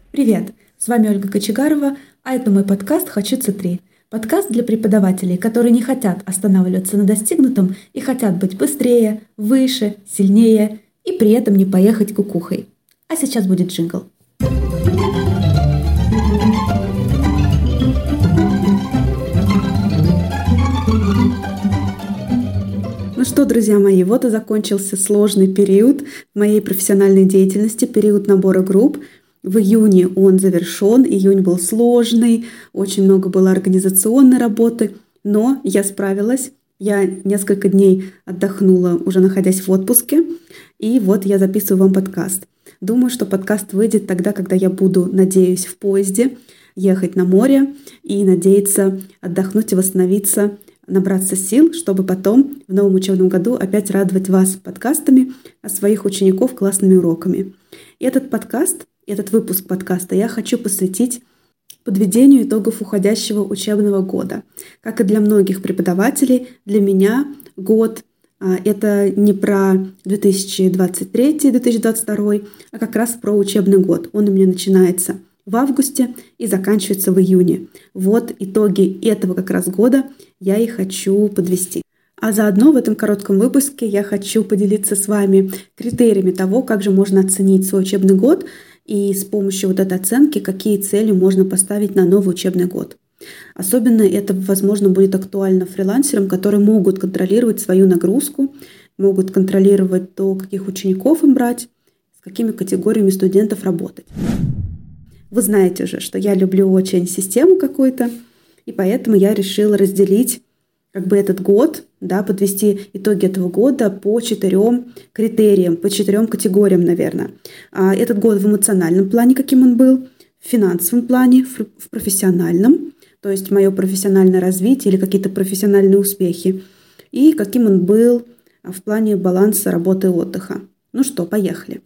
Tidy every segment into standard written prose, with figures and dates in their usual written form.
Привет! С вами Ольга Кочегарова, а это мой подкаст «Хочется 3». Подкаст для преподавателей, которые не хотят останавливаться на достигнутом и хотят быть быстрее, выше, сильнее и при этом не поехать кукухой. А сейчас будет джингл. Ну что, друзья мои, вот и закончился сложный период моей профессиональной деятельности, период набора групп. В июне он завершен, июнь был сложный, очень много было организационной работы, но я справилась. Я несколько дней отдохнула, уже находясь в отпуске, и вот я записываю вам подкаст. Думаю, что подкаст выйдет тогда, когда я буду, надеюсь, в поезде ехать на море и надеяться отдохнуть и восстановиться, набраться сил, чтобы потом в новом учебном году опять радовать вас подкастами, а своих учеников классными уроками. И этот выпуск подкаста я хочу посвятить подведению итогов уходящего учебного года. Как и для многих преподавателей, для меня год это не про 2023-2022, а как раз про учебный год. Он у меня начинается в августе и заканчивается в июне. Вот итоги этого как раз года я и хочу подвести. А заодно в этом коротком выпуске я хочу поделиться с вами критериями того, как же можно оценить свой учебный год и с помощью вот этой оценки, какие цели можно поставить на новый учебный год. Особенно это, возможно, будет актуально фрилансерам, которые могут контролировать свою нагрузку, могут контролировать то, каких учеников им брать, с какими категориями студентов работать. Вы знаете же, что я люблю очень систему какую-то, и поэтому я решила разделить этот год, подвести итоги этого года по 4 критериям, по 4 категориям, наверное. Этот год в эмоциональном плане, каким он был, в финансовом плане, в профессиональном, то есть мое профессиональное развитие или какие-то профессиональные успехи, и каким он был в плане баланса работы и отдыха. Ну что, поехали.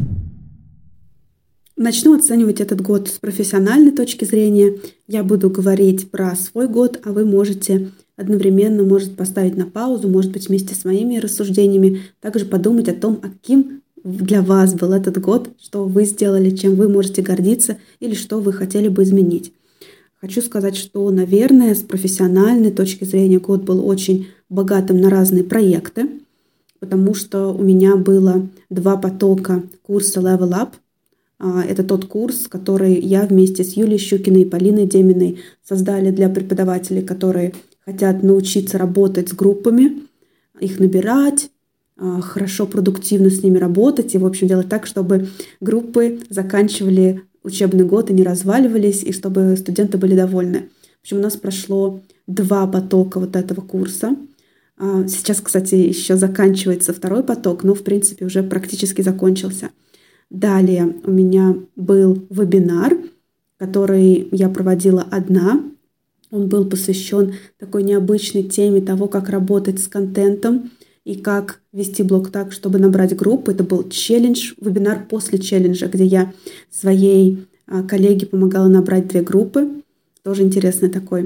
Начну оценивать этот год с профессиональной точки зрения. Я буду говорить про свой год, а вы можете одновременно, поставить на паузу, может быть, вместе с моими рассуждениями, также подумать о том, каким для вас был этот год, что вы сделали, чем вы можете гордиться или что вы хотели бы изменить. Хочу сказать, что, наверное, с профессиональной точки зрения год был очень богатым на разные проекты, потому что у меня было 2 потока курса Level Up. Это тот курс, который я вместе с Юлией Щукиной и Полиной Деминой создали для преподавателей, которые хотят научиться работать с группами, их набирать, хорошо, продуктивно с ними работать и, в общем, делать так, чтобы группы заканчивали учебный год и не разваливались, и чтобы студенты были довольны. В общем, у нас прошло 2 потока вот этого курса. Сейчас, кстати, еще заканчивается 2 поток, но, в принципе, уже практически закончился. Далее у меня был вебинар, который я проводила одна. Он был посвящен такой необычной теме того, как работать с контентом и как вести блог так, чтобы набрать группы. Это был челлендж, вебинар после челленджа, где я своей коллеге помогала набрать 2 группы. Тоже интересный такой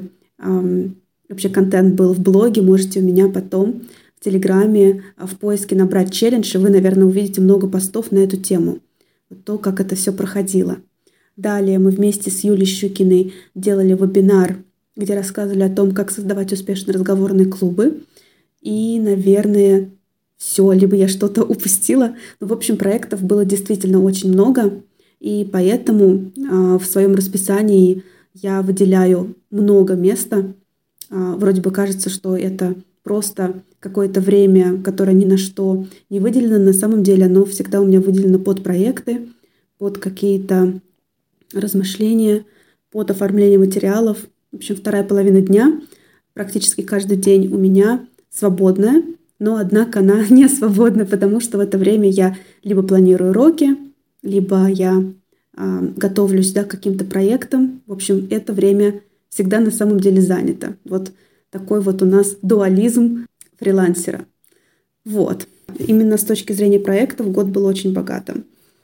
вообще контент был в блоге. Можете у меня потом в Телеграме в поиске набрать челлендж, и вы, наверное, увидите много постов на эту тему. То, как это все проходило. Далее мы вместе с Юлией Щукиной делали вебинар, где рассказывали о том, как создавать успешные разговорные клубы. И, наверное, все, либо я что-то упустила. Но, в общем, проектов было действительно очень много. И поэтому в своем расписании я выделяю много места. Вроде бы кажется, что это просто какое-то время, которое ни на что не выделено. На самом деле оно всегда у меня выделено под проекты, под какие-то размышления, под оформление материалов. В общем, 2 половина дня, практически каждый день у меня свободная, но, однако, она не свободна, потому что в это время я либо планирую уроки, либо я готовлюсь к каким-то проектам. В общем, это время всегда на самом деле занято. Вот такой вот у нас дуализм фрилансера. Вот. Именно с точки зрения проектов год был очень богатым.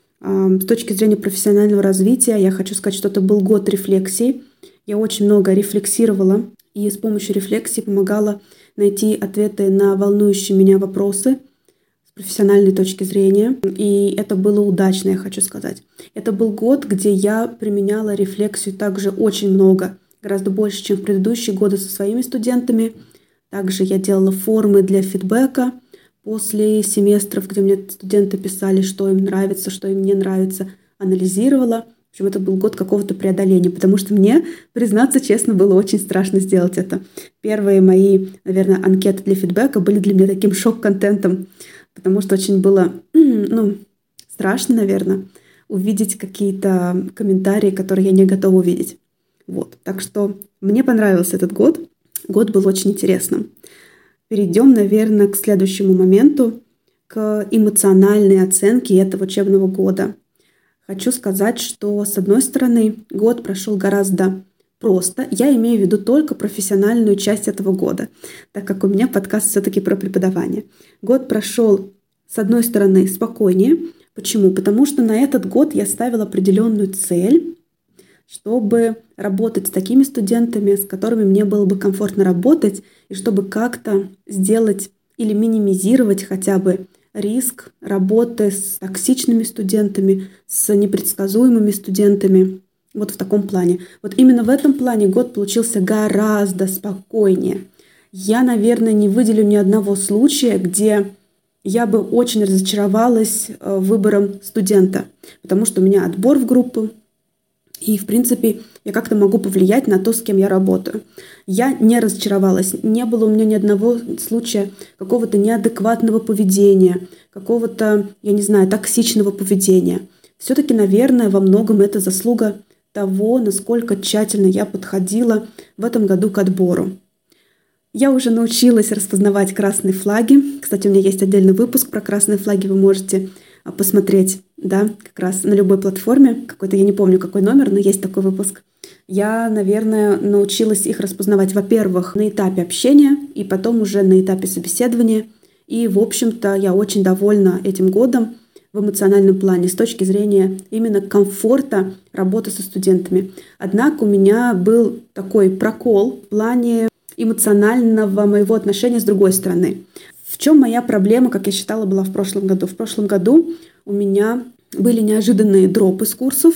С точки зрения профессионального развития я хочу сказать, что это был год рефлексии. Я очень много рефлексировала и с помощью рефлексии помогала найти ответы на волнующие меня вопросы. с профессиональной точки зрения, и это было удачно, я хочу сказать. Это был год, где я применяла рефлексию также очень много, гораздо больше, чем в предыдущие годы со своими студентами. Также я делала формы для фидбэка после семестров, где мне студенты писали, что им нравится, что им не нравится, анализировала. В общем, это был год какого-то преодоления, потому что мне, признаться честно, было очень страшно сделать это. Первые мои, наверное, анкеты для фидбэка были для меня таким шок-контентом, потому что очень было, страшно, наверное, увидеть какие-то комментарии, которые я не готова увидеть. Вот. Так что мне понравился этот год. Год был очень интересным. Перейдем, наверное, к следующему моменту, к эмоциональной оценке этого учебного года. Хочу сказать, что, с одной стороны, год прошел гораздо просто. Я имею в виду только профессиональную часть этого года, так как у меня подкаст все-таки про преподавание. Год прошел, с одной стороны, спокойнее. Почему? Потому что на этот год я ставила определенную цель, чтобы работать с такими студентами, с которыми мне было бы комфортно работать, и чтобы как-то сделать или минимизировать хотя бы риск работы с токсичными студентами, с непредсказуемыми студентами. Вот в таком плане. Вот именно в этом плане год получился гораздо спокойнее. Я, наверное, не выделю ни одного случая, где я бы очень разочаровалась выбором студента, потому что у меня отбор в группу, и, в принципе, я как-то могу повлиять на то, с кем я работаю. Я не разочаровалась. Не было у меня ни одного случая какого-то неадекватного поведения, какого-то, я не знаю, токсичного поведения. Все-таки, наверное, во многом это заслуга того, насколько тщательно я подходила в этом году к отбору. Я уже научилась распознавать красные флаги. Кстати, у меня есть отдельный выпуск про красные флаги, вы можете посмотреть, да, как раз на любой платформе. Какой-то, я не помню, какой номер, но есть такой выпуск. Я, наверное, научилась их распознавать, во-первых, на этапе общения и потом уже на этапе собеседования. И, в общем-то, я очень довольна этим годом в эмоциональном плане с точки зрения именно комфорта работы со студентами. Однако у меня был такой прокол в плане эмоционального моего отношения с другой стороны. В чем моя проблема, как я считала, была в прошлом году? В прошлом году у меня были неожиданные дропы с курсов,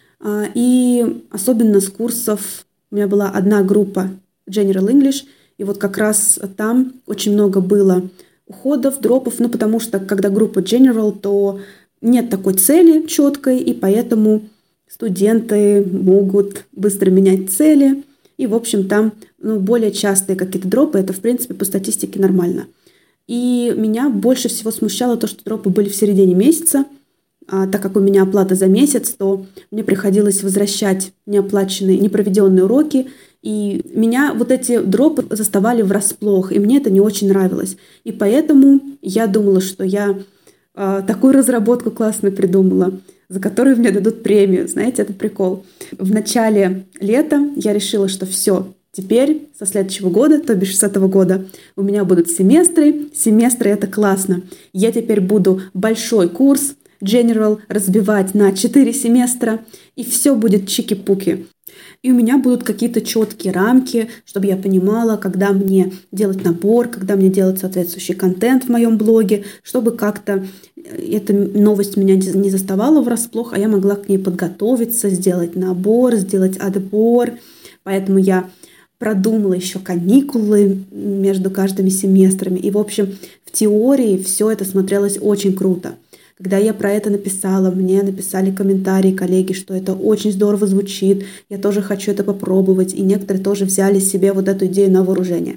и особенно с курсов у меня была одна группа General English, и вот как раз там очень много было уходов, дропов, потому что когда группа General, то нет такой цели четкой, и поэтому студенты могут быстро менять цели, и, в общем, там более частые какие-то дропы, это, в принципе, по статистике нормально. И меня больше всего смущало то, что дропы были в середине месяца. Так как у меня оплата за месяц, то мне приходилось возвращать неоплаченные, непроведенные уроки. И меня вот эти дропы заставали врасплох, и мне это не очень нравилось. И поэтому я думала, что я такую разработку классную придумала, за которую мне дадут премию. Знаете, это прикол. В начале лета я решила, что все. Теперь, со следующего года, то бишь с этого года, у меня будут семестры. Семестры — это классно. Я теперь буду большой курс General разбивать на 4 семестра, и все будет чики-пуки. И у меня будут какие-то четкие рамки, чтобы я понимала, когда мне делать набор, когда мне делать соответствующий контент в моем блоге, чтобы как-то эта новость меня не заставала врасплох, а я могла к ней подготовиться, сделать набор, сделать отбор. Поэтому я продумала еще каникулы между каждыми семестрами. И, в общем, в теории все это смотрелось очень круто. Когда я про это написала, мне написали комментарии коллеги, что это очень здорово звучит, я тоже хочу это попробовать, и некоторые тоже взяли себе вот эту идею на вооружение.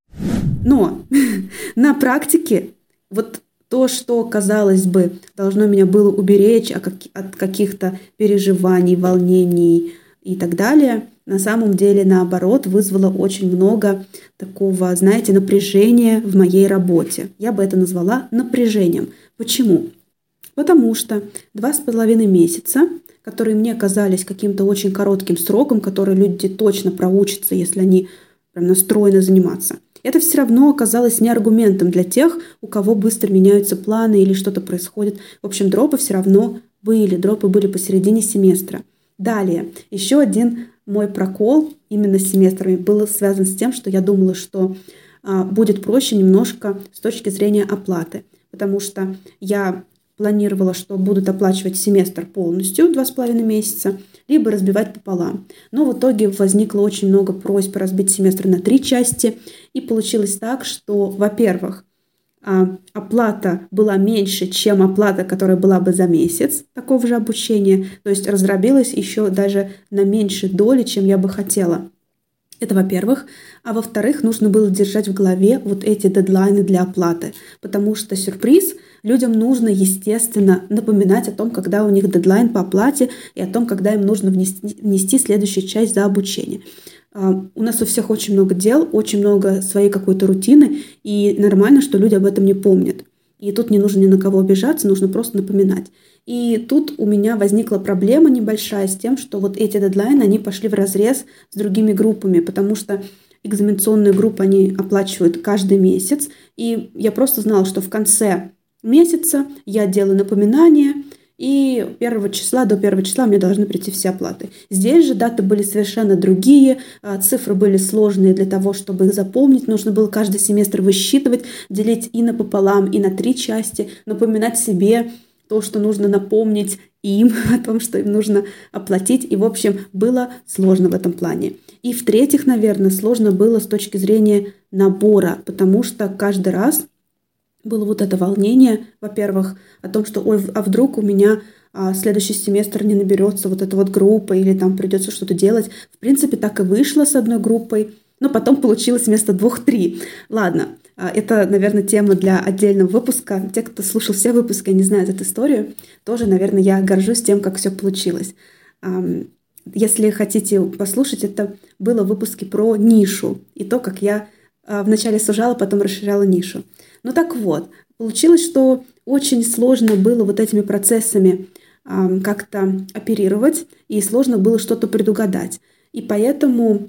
Но на практике вот то, что, казалось бы, должно меня было уберечь от каких-то переживаний, волнений и так далее, на самом деле, наоборот, вызвало очень много такого, знаете, напряжения в моей работе. Я бы это назвала напряжением. Почему? Потому что 2,5 месяца, которые мне казались каким-то очень коротким сроком, который люди точно проучатся, если они прям настроены заниматься, это все равно оказалось не аргументом для тех, у кого быстро меняются планы или что-то происходит. В общем, дропы все равно были. Дропы были посередине семестра. Далее, еще один мой прокол именно с семестрами был связан с тем, что я думала, что будет проще немножко с точки зрения оплаты. потому что я планировала, что будут оплачивать семестр полностью, 2,5 месяца, либо разбивать пополам. Но в итоге возникло очень много просьб разбить семестр на 3 части, и получилось так, что, во-первых, оплата была меньше, чем оплата, которая была бы за месяц такого же обучения, то есть раздробилась еще даже на меньшей доли, чем я бы хотела. Это во-первых. А во-вторых, нужно было держать в голове вот эти дедлайны для оплаты, потому что сюрприз, людям нужно, естественно, напоминать о том, когда у них дедлайн по оплате и о том, когда им нужно внести следующую часть за обучение. У нас у всех очень много дел, очень много своей какой-то рутины, и нормально, что люди об этом не помнят. И тут не нужно ни на кого обижаться, нужно просто напоминать. И тут у меня возникла проблема небольшая с тем, что вот эти дедлайны, они пошли вразрез с другими группами, потому что экзаменационные группы, они оплачивают каждый месяц, и я просто знала, что в конце месяца я делаю напоминание, и 1 числа до 1 числа мне должны прийти все оплаты. Здесь же даты были совершенно другие, цифры были сложные для того, чтобы их запомнить. Нужно было каждый семестр высчитывать, делить и напополам, и на 3 части, напоминать себе то, что нужно напомнить им, о том, что им нужно оплатить. И, в общем, было сложно в этом плане. И в-третьих, наверное, сложно было с точки зрения набора, потому что каждый раз было вот это волнение, во-первых, о том, что ой, а вдруг у меня следующий семестр не наберется вот эта вот группа или там придется что-то делать. В принципе, так и вышло с одной группой, но потом получилось вместо 2-3. Ладно, это, наверное, тема для отдельного выпуска. Те, кто слушал все выпуски, не знают эту историю, тоже, наверное, я горжусь тем, как все получилось. Если хотите послушать, это было в выпуске про нишу и то, как я вначале сужала, потом расширяла нишу. Ну так вот, получилось, что очень сложно было вот этими процессами как-то оперировать, и сложно было что-то предугадать. И поэтому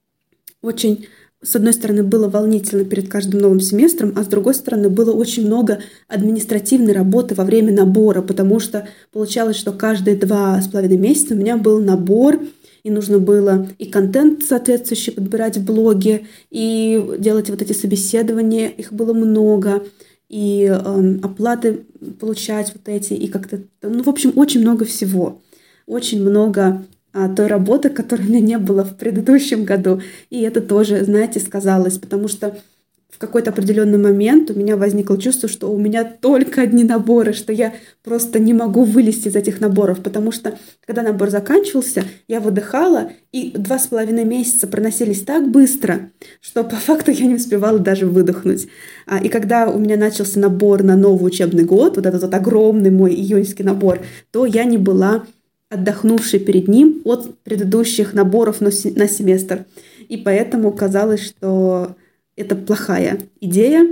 очень, с одной стороны, было волнительно перед каждым новым семестром, а с другой стороны, было очень много административной работы во время набора, потому что получалось, что каждые 2,5 месяца у меня был набор, и нужно было и контент соответствующий подбирать в блоге, и делать вот эти собеседования, их было много, и оплаты получать вот эти, и как-то, ну, в общем, очень много всего. Очень много той работы, которой у меня не было в предыдущем году. И это тоже, знаете, сказалось, потому что в какой-то определенный момент у меня возникло чувство, что у меня только одни наборы, что я просто не могу вылезти из этих наборов, потому что когда набор заканчивался, я выдыхала, и 2,5 месяца проносились так быстро, что по факту я не успевала даже выдохнуть. И когда у меня начался набор на новый учебный год, вот этот вот огромный мой июньский набор, то я не была отдохнувшей перед ним от предыдущих наборов на семестр. И поэтому казалось, что это плохая идея,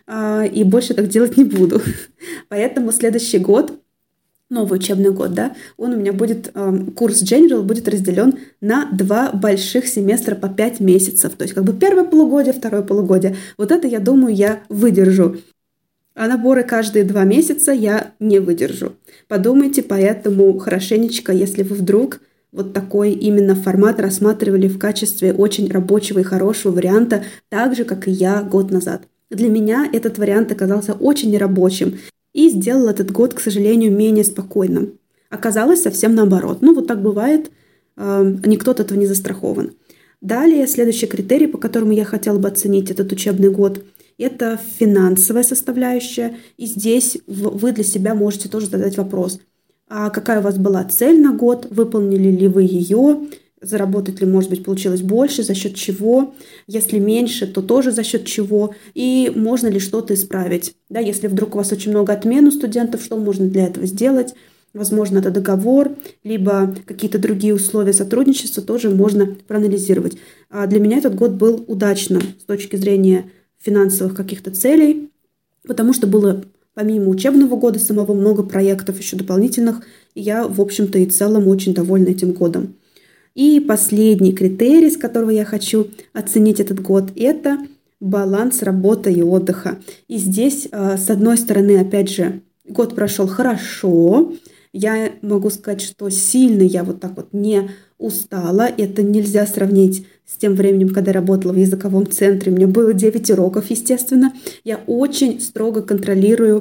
и больше так делать не буду. Поэтому следующий год, новый учебный год, да, он у меня будет, курс General будет разделен на 2 больших семестра по 5 месяцев. То есть как бы первое полугодие, второе полугодие. Вот это, я думаю, я выдержу. А наборы каждые 2 месяца я не выдержу. Подумайте поэтому хорошенечко, если вы вдруг вот такой именно формат рассматривали в качестве очень рабочего и хорошего варианта, так же, как и я год назад. Для меня этот вариант оказался очень нерабочим и сделал этот год, к сожалению, менее спокойным. Оказалось совсем наоборот. Ну, вот так бывает, никто от этого не застрахован. Далее, следующий критерий, по которому я хотела бы оценить этот учебный год, это финансовая составляющая. И здесь вы для себя можете тоже задать вопрос. А какая у вас была цель на год, выполнили ли вы ее, заработать ли, может быть, получилось больше, за счет чего, если меньше, то тоже за счет чего, и можно ли что-то исправить. Да, если вдруг у вас очень много отмен у студентов, что можно для этого сделать, возможно, это договор, либо какие-то другие условия сотрудничества тоже можно проанализировать. А для меня этот год был удачным с точки зрения финансовых каких-то целей, потому что было помимо учебного года самого много проектов еще дополнительных, и я, в общем-то, и целом очень довольна этим годом. И последний критерий, с которого я хочу оценить этот год, это баланс работы и отдыха. И здесь, с одной стороны, опять же, год прошел хорошо. Я могу сказать, что сильно я вот так вот не устала. Это нельзя сравнить с тем временем, когда я работала в языковом центре. У меня было 9 уроков, естественно. Я очень строго контролирую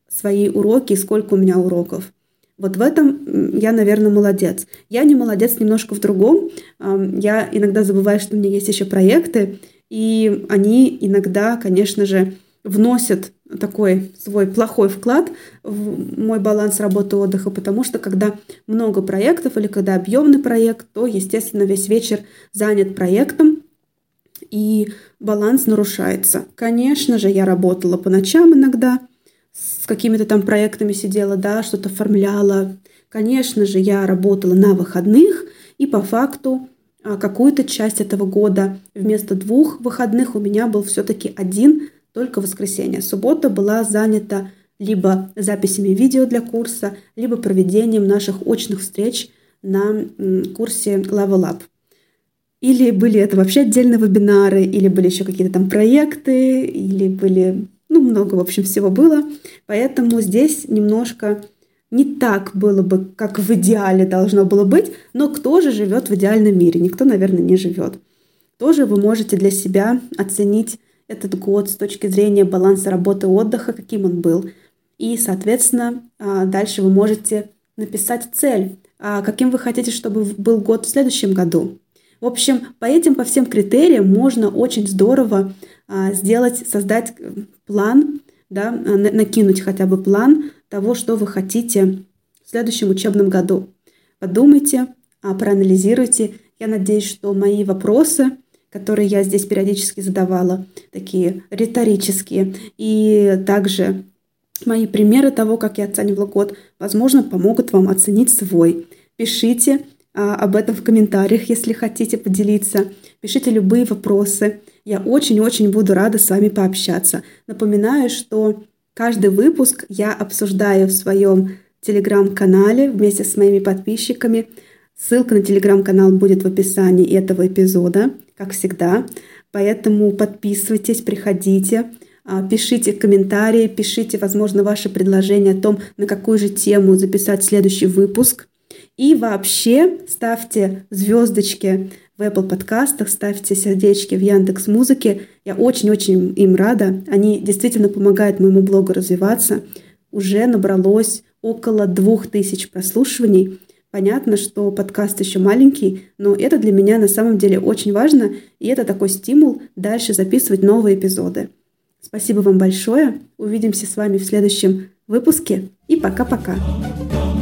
свои уроки и сколько у меня уроков. Вот в этом я, наверное, молодец. Я не молодец немножко в другом. Я иногда забываю, что у меня есть еще проекты, и они иногда, конечно же, вносят такой свой плохой вклад в мой баланс работы и отдыха, потому что когда много проектов или когда объемный проект, то, естественно, весь вечер занят проектом, и баланс нарушается. Конечно же, я работала по ночам иногда, с какими-то там проектами сидела, да, что-то оформляла. Конечно же, я работала на выходных, и по факту какую-то часть этого года вместо 2 выходных у меня был все-таки 1, только воскресенье. Суббота была занята либо записями видео для курса, либо проведением наших очных встреч на курсе Level Up. Или были это вообще отдельные вебинары, или были еще какие-то там проекты, или были, много, в общем, всего было. Поэтому здесь немножко не так было бы, как в идеале должно было быть, но кто же живет в идеальном мире? Никто, наверное, не живет. Тоже вы можете для себя оценить этот год с точки зрения баланса работы и отдыха, каким он был. И, соответственно, дальше вы можете написать цель, каким вы хотите, чтобы был год в следующем году. В общем, по всем критериям можно очень здорово создать план, да, накинуть хотя бы план того, что вы хотите в следующем учебном году. Подумайте, проанализируйте. Я надеюсь, что мои вопросы, которые я здесь периодически задавала, такие риторические, и также мои примеры того, как я оценивала год, возможно, помогут вам оценить свой. Пишите об этом в комментариях, если хотите поделиться. Пишите любые вопросы. Я очень-очень буду рада с вами пообщаться. Напоминаю, что каждый выпуск я обсуждаю в своем телеграм-канале вместе с моими подписчиками. Ссылка на телеграм-канал будет в описании этого эпизода, как всегда. Поэтому подписывайтесь, приходите, пишите комментарии, пишите, возможно, ваши предложения о том, на какую же тему записать следующий выпуск. И вообще ставьте звездочки в Apple подкастах, ставьте сердечки в Яндекс.Музыке. Я очень-очень им рада. Они действительно помогают моему блогу развиваться. Уже набралось около 2000 прослушиваний. Понятно, что подкаст еще маленький, но это для меня на самом деле очень важно, и это такой стимул дальше записывать новые эпизоды. Спасибо вам большое. Увидимся с вами в следующем выпуске. И пока-пока.